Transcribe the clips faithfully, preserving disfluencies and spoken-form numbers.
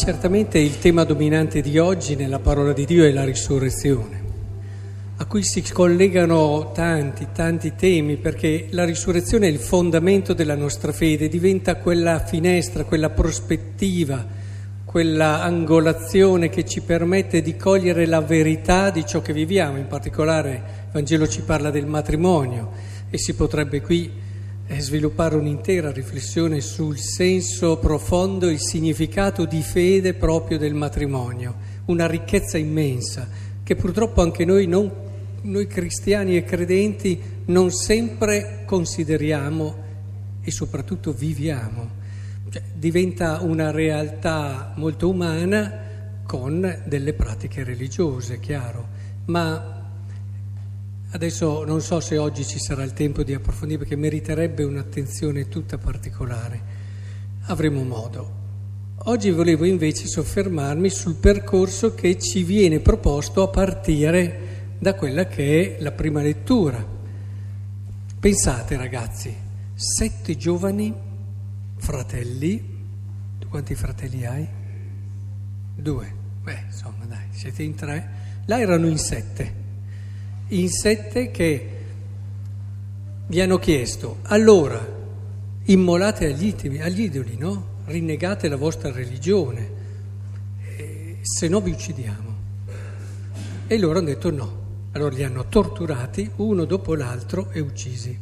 certamente il tema dominante di oggi nella parola di Dio è la risurrezione, a cui si collegano tanti, tanti temi, perché la risurrezione è il fondamento della nostra fede, diventa quella finestra, quella prospettiva, quella angolazione che ci permette di cogliere la verità di ciò che viviamo. In particolare il Vangelo ci parla del matrimonio e si potrebbe qui sviluppare un'intera riflessione sul senso profondo, il significato di fede proprio del matrimonio, una ricchezza immensa che purtroppo anche noi, non, noi cristiani e credenti non sempre consideriamo e soprattutto viviamo. Cioè, diventa una realtà molto umana con delle pratiche religiose, chiaro, ma adesso non so se oggi ci sarà il tempo di approfondire, perché meriterebbe un'attenzione tutta particolare. Avremo modo. Oggi volevo invece soffermarmi sul percorso che ci viene proposto a partire da quella che è la prima lettura. Pensate, ragazzi, sette giovani fratelli. Tu quanti fratelli hai? Due. Beh, insomma, dai, siete in tre. Là erano in sette. In sette che gli hanno chiesto: allora immolate agli idoli, agli idoli, no? Rinnegate la vostra religione, eh, se no vi uccidiamo. E loro hanno detto no. Allora li hanno torturati uno dopo l'altro e uccisi.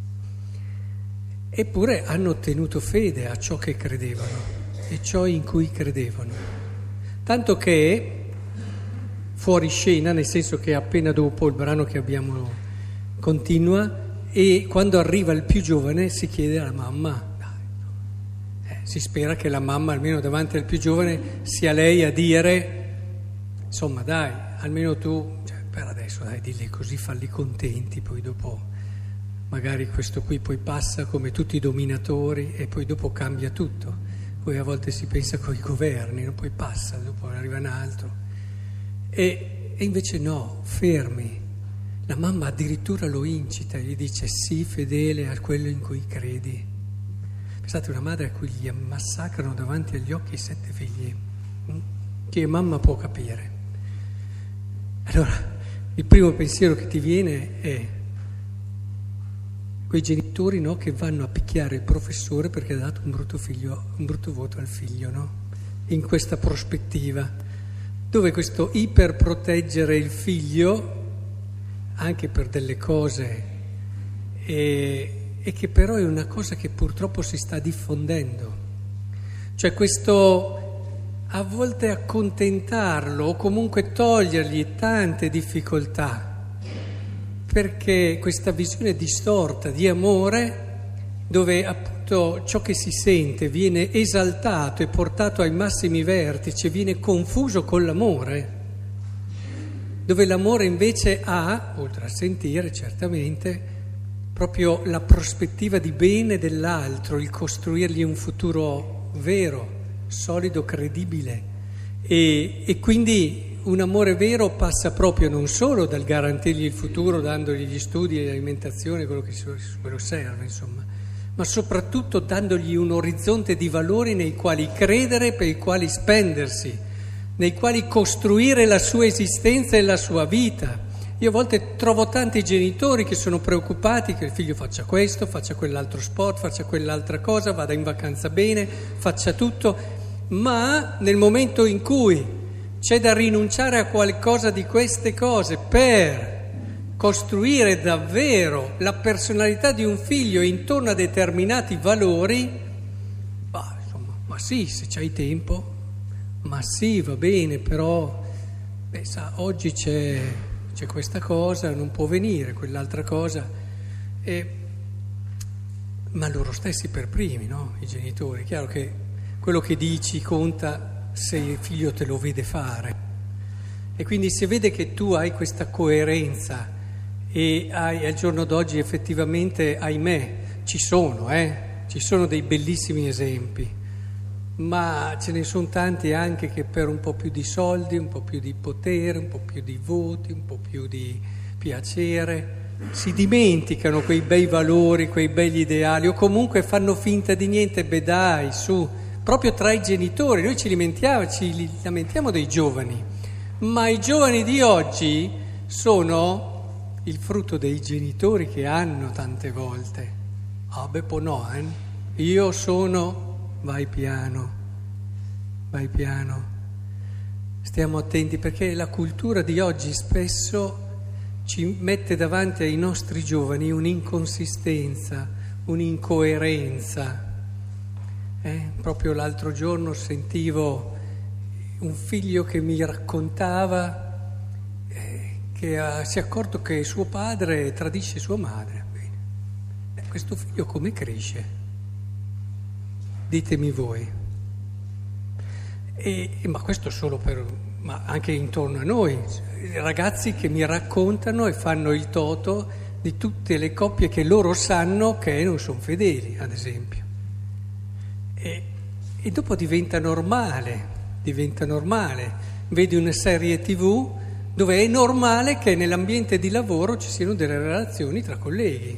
Eppure hanno tenuto fede a ciò che credevano e ciò in cui credevano. Tanto che fuori scena, nel senso che appena dopo il brano che abbiamo continua, e quando arriva il più giovane si chiede alla mamma, dai, eh, si spera che la mamma almeno davanti al più giovane sia lei a dire, insomma dai, almeno tu, cioè, per adesso dai, dilli così, falli contenti, poi dopo magari questo qui poi passa come tutti i dominatori e poi dopo cambia tutto. Poi a volte si pensa con i governi, no? Poi passa, dopo arriva un altro. E, e invece no, fermi. La mamma addirittura lo incita, gli dice sii fedele a quello in cui credi. Pensate, una madre a cui gli massacrano davanti agli occhi i sette figli, che mamma può capire. Allora, il primo pensiero che ti viene è quei genitori, no, che vanno a picchiare il professore perché ha dato un brutto figlio, un brutto voto al figlio, no? In questa prospettiva, dove questo iperproteggere il figlio, anche per delle cose, e, e che però è una cosa che purtroppo si sta diffondendo. Cioè questo a volte accontentarlo o comunque togliergli tante difficoltà, perché questa visione distorta di amore, dove appunto ciò che si sente viene esaltato e portato ai massimi vertici, viene confuso con l'amore, dove l'amore invece ha, oltre a sentire certamente, proprio la prospettiva di bene dell'altro, il costruirgli un futuro vero, solido, credibile. E, e quindi un amore vero passa proprio non solo dal garantirgli il futuro, dandogli gli studi, l'alimentazione, quello che quello serve, insomma, ma soprattutto dandogli un orizzonte di valori nei quali credere, per i quali spendersi, nei quali costruire la sua esistenza e la sua vita. Io a volte trovo tanti genitori che sono preoccupati che il figlio faccia questo, faccia quell'altro sport, faccia quell'altra cosa, vada in vacanza bene, faccia tutto, ma nel momento in cui c'è da rinunciare a qualcosa di queste cose per costruire davvero la personalità di un figlio intorno a determinati valori, bah, insomma, ma sì, se c'hai tempo, ma sì, va bene, però beh, sa, oggi c'è, c'è questa cosa, non può venire, quell'altra cosa, e, ma loro stessi per primi, no? I genitori, chiaro che quello che dici conta se il figlio te lo vede fare, e quindi se vede che tu hai questa coerenza e hai, al giorno d'oggi effettivamente, ahimè, ci sono, eh? Ci sono dei bellissimi esempi, ma ce ne sono tanti anche che per un po' più di soldi, un po' più di potere, un po' più di voti, un po' più di piacere, si dimenticano quei bei valori, quei begli ideali, o comunque fanno finta di niente. Beh dai, su, proprio tra i genitori. Noi ci lamentiamo, ci lamentiamo dei giovani, ma i giovani di oggi sono il frutto dei genitori che hanno tante volte. Ah, beh, poi no, eh? Io sono... Vai piano, vai piano. Stiamo attenti perché la cultura di oggi spesso ci mette davanti ai nostri giovani un'inconsistenza, un'incoerenza. Eh? Proprio l'altro giorno sentivo un figlio che mi raccontava eh, che ha, si è accorto che suo padre tradisce sua madre. Bene. Eh, questo figlio come cresce? Ditemi voi. E, ma questo solo per, ma anche intorno a noi, ragazzi che mi raccontano e fanno il toto di tutte le coppie che loro sanno che non sono fedeli, ad esempio. E, e dopo diventa normale, diventa normale. Vedi una serie tivù dove è normale che nell'ambiente di lavoro ci siano delle relazioni tra colleghi.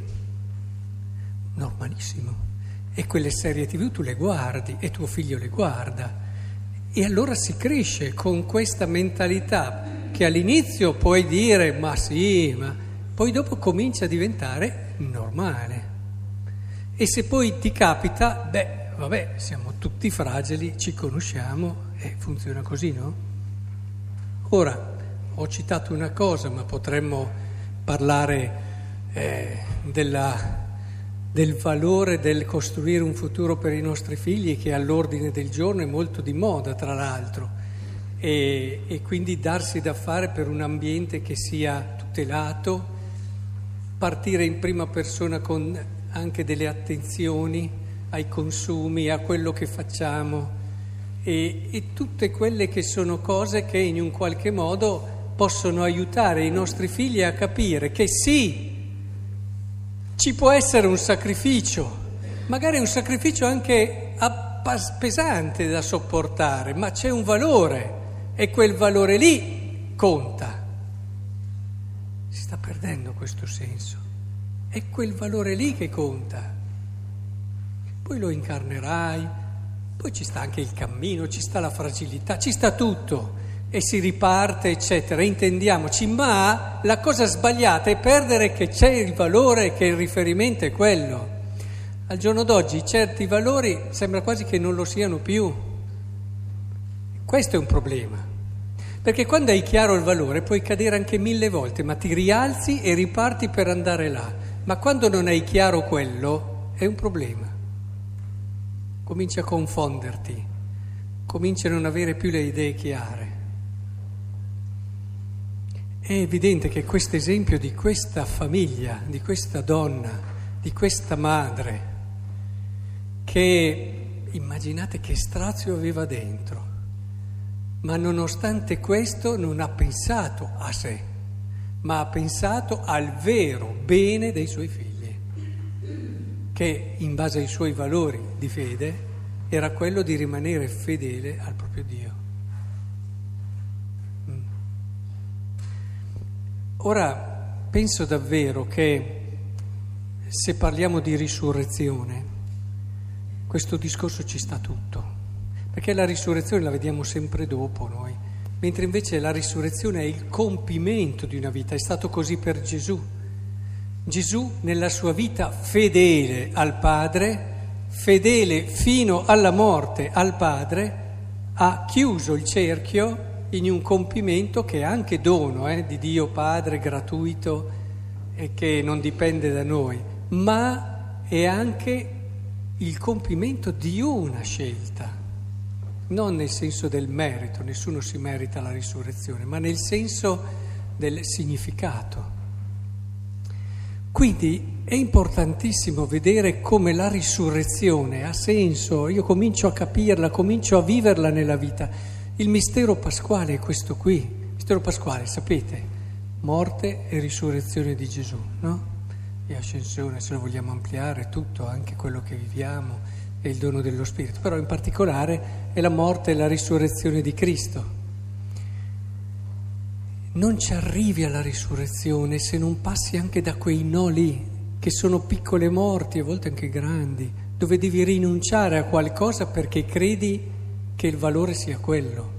Normalissimo. E quelle serie tivù tu le guardi e tuo figlio le guarda. E allora si cresce con questa mentalità che all'inizio puoi dire ma sì, ma poi dopo comincia a diventare normale. E se poi ti capita, beh, vabbè, siamo tutti fragili, ci conosciamo e funziona così, no? Ora, ho citato una cosa, ma potremmo parlare eh, della... del valore del costruire un futuro per i nostri figli che è all'ordine del giorno, è molto di moda tra l'altro, e, e quindi darsi da fare per un ambiente che sia tutelato, partire in prima persona con anche delle attenzioni ai consumi, a quello che facciamo e, e tutte quelle che sono cose che in un qualche modo possono aiutare i nostri figli a capire che sì, ci può essere un sacrificio, magari un sacrificio anche pesante da sopportare, ma c'è un valore e quel valore lì conta. Si sta perdendo questo senso, è quel valore lì che conta. Poi lo incarnerai, poi ci sta anche il cammino, ci sta la fragilità, ci sta tutto. E si riparte, eccetera, intendiamoci, ma la cosa sbagliata è perdere che c'è il valore, che il riferimento è quello. Al giorno d'oggi certi valori sembra quasi che non lo siano più. Questo è un problema, perché quando hai chiaro il valore puoi cadere anche mille volte, ma ti rialzi e riparti per andare là. Ma quando non hai chiaro quello è un problema. Cominci a confonderti, cominci a non avere più le idee chiare. È evidente che questo esempio di questa famiglia, di questa donna, di questa madre, che immaginate che strazio aveva dentro, ma nonostante questo non ha pensato a sé, ma ha pensato al vero bene dei suoi figli, che in base ai suoi valori di fede era quello di rimanere fedele al proprio Dio. Ora, penso davvero che se parliamo di risurrezione, questo discorso ci sta tutto, perché la risurrezione la vediamo sempre dopo noi, mentre invece la risurrezione è il compimento di una vita, è stato così per Gesù. Gesù nella sua vita fedele al Padre, fedele fino alla morte al Padre, ha chiuso il cerchio in un compimento che è anche dono eh, di Dio Padre, gratuito e che non dipende da noi, ma è anche il compimento di una scelta, non nel senso del merito, nessuno si merita la risurrezione, ma nel senso del significato. Quindi è importantissimo vedere come la risurrezione ha senso, io comincio a capirla, comincio a viverla nella vita. Il mistero pasquale è questo qui, il mistero pasquale, sapete, morte e risurrezione di Gesù, no? E ascensione, se lo vogliamo ampliare, tutto, anche quello che viviamo, è il dono dello Spirito, però in particolare è la morte e la risurrezione di Cristo. Non ci arrivi alla risurrezione se non passi anche da quei no lì, che sono piccole morti, a volte anche grandi, dove devi rinunciare a qualcosa perché credi che il valore sia quello.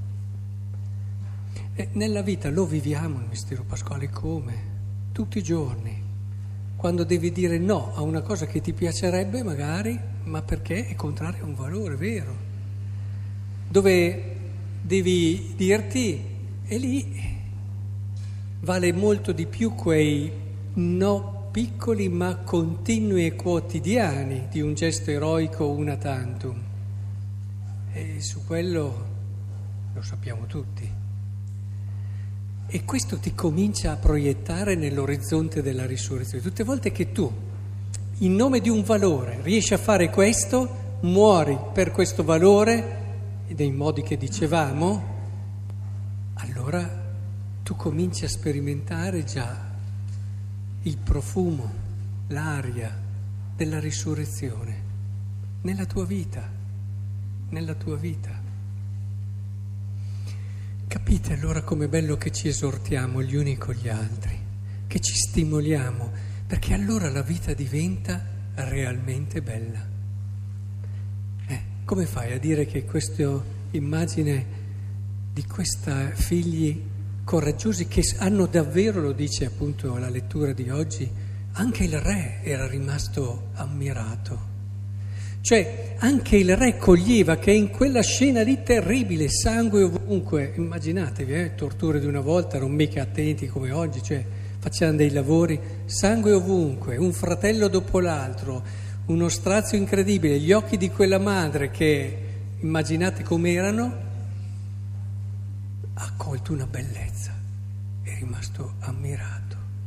E nella vita lo viviamo il mistero pasquale come? Tutti i giorni. Quando devi dire no a una cosa che ti piacerebbe magari, ma perché è contrario a un valore vero. Dove devi dirti, e lì vale molto di più quei no piccoli ma continui e quotidiani di un gesto eroico una tantum. E su quello lo sappiamo tutti. E questo ti comincia a proiettare nell'orizzonte della risurrezione. Tutte le volte che tu, in nome di un valore, riesci a fare questo, muori per questo valore, e nei modi che dicevamo, allora tu cominci a sperimentare già il profumo, l'aria della risurrezione nella tua vita, nella tua vita. Capite allora com'è bello che ci esortiamo gli uni con gli altri, che ci stimoliamo, perché allora la vita diventa realmente bella. Eh, come fai a dire che questa immagine di questi figli coraggiosi che hanno davvero, lo dice appunto la lettura di oggi, anche il re era rimasto ammirato. Cioè anche il re coglieva che in quella scena lì terribile, sangue ovunque, immaginatevi, eh, torture di una volta, non mica attenti come oggi, cioè facevano dei lavori, sangue ovunque, un fratello dopo l'altro, uno strazio incredibile, gli occhi di quella madre che, immaginate com'erano, ha colto una bellezza, è rimasto ammirato.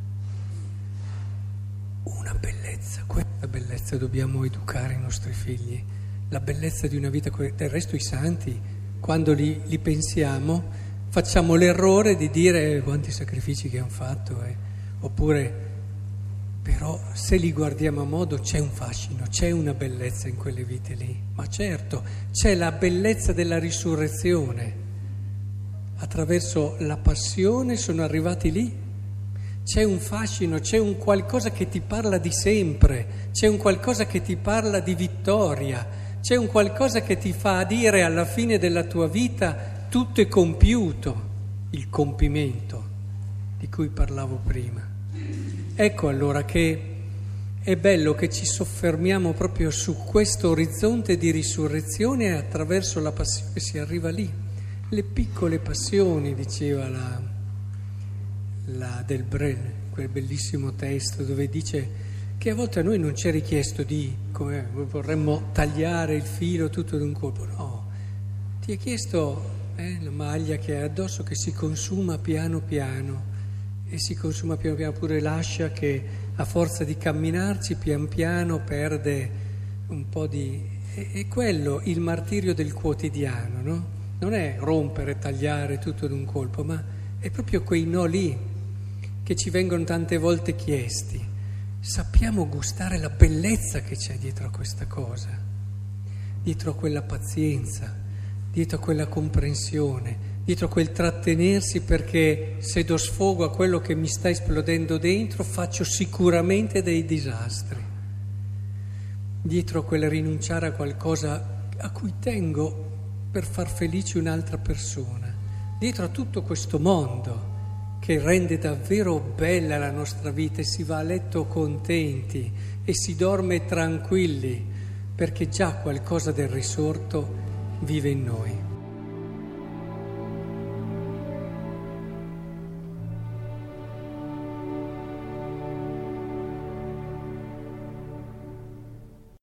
Una bellezza, questa bellezza dobbiamo educare i nostri figli, la bellezza di una vita. Del resto i santi, quando li, li pensiamo, facciamo l'errore di dire quanti sacrifici che hanno fatto, eh. Oppure, però se li guardiamo a modo c'è un fascino, c'è una bellezza in quelle vite lì, ma certo c'è la bellezza della risurrezione. Attraverso la passione sono arrivati lì. C'è un fascino, c'è un qualcosa che ti parla di sempre, c'è un qualcosa che ti parla di vittoria, c'è un qualcosa che ti fa dire alla fine della tua vita tutto è compiuto, il compimento di cui parlavo prima. Ecco allora che è bello che ci soffermiamo proprio su questo orizzonte di risurrezione e attraverso la passione si arriva lì. Le piccole passioni, diceva la... La del Bren, quel bellissimo testo dove dice che a volte a noi non ci è richiesto di, come vorremmo tagliare il filo tutto d'un colpo, no, ti è chiesto eh, la maglia che hai addosso che si consuma piano piano e si consuma piano piano, pure l'ascia che a forza di camminarci pian piano perde un po' di... è, è quello il martirio del quotidiano, no? Non è rompere, tagliare tutto d'un colpo, ma è proprio quei no lì che ci vengono tante volte chiesti. Sappiamo gustare la bellezza che c'è dietro a questa cosa, dietro a quella pazienza, dietro a quella comprensione, dietro a quel trattenersi, perché se do sfogo a quello che mi sta esplodendo dentro faccio sicuramente dei disastri, dietro a quel rinunciare a qualcosa a cui tengo per far felice un'altra persona, dietro a tutto questo mondo che rende davvero bella la nostra vita e si va a letto contenti e si dorme tranquilli perché già qualcosa del risorto vive in noi.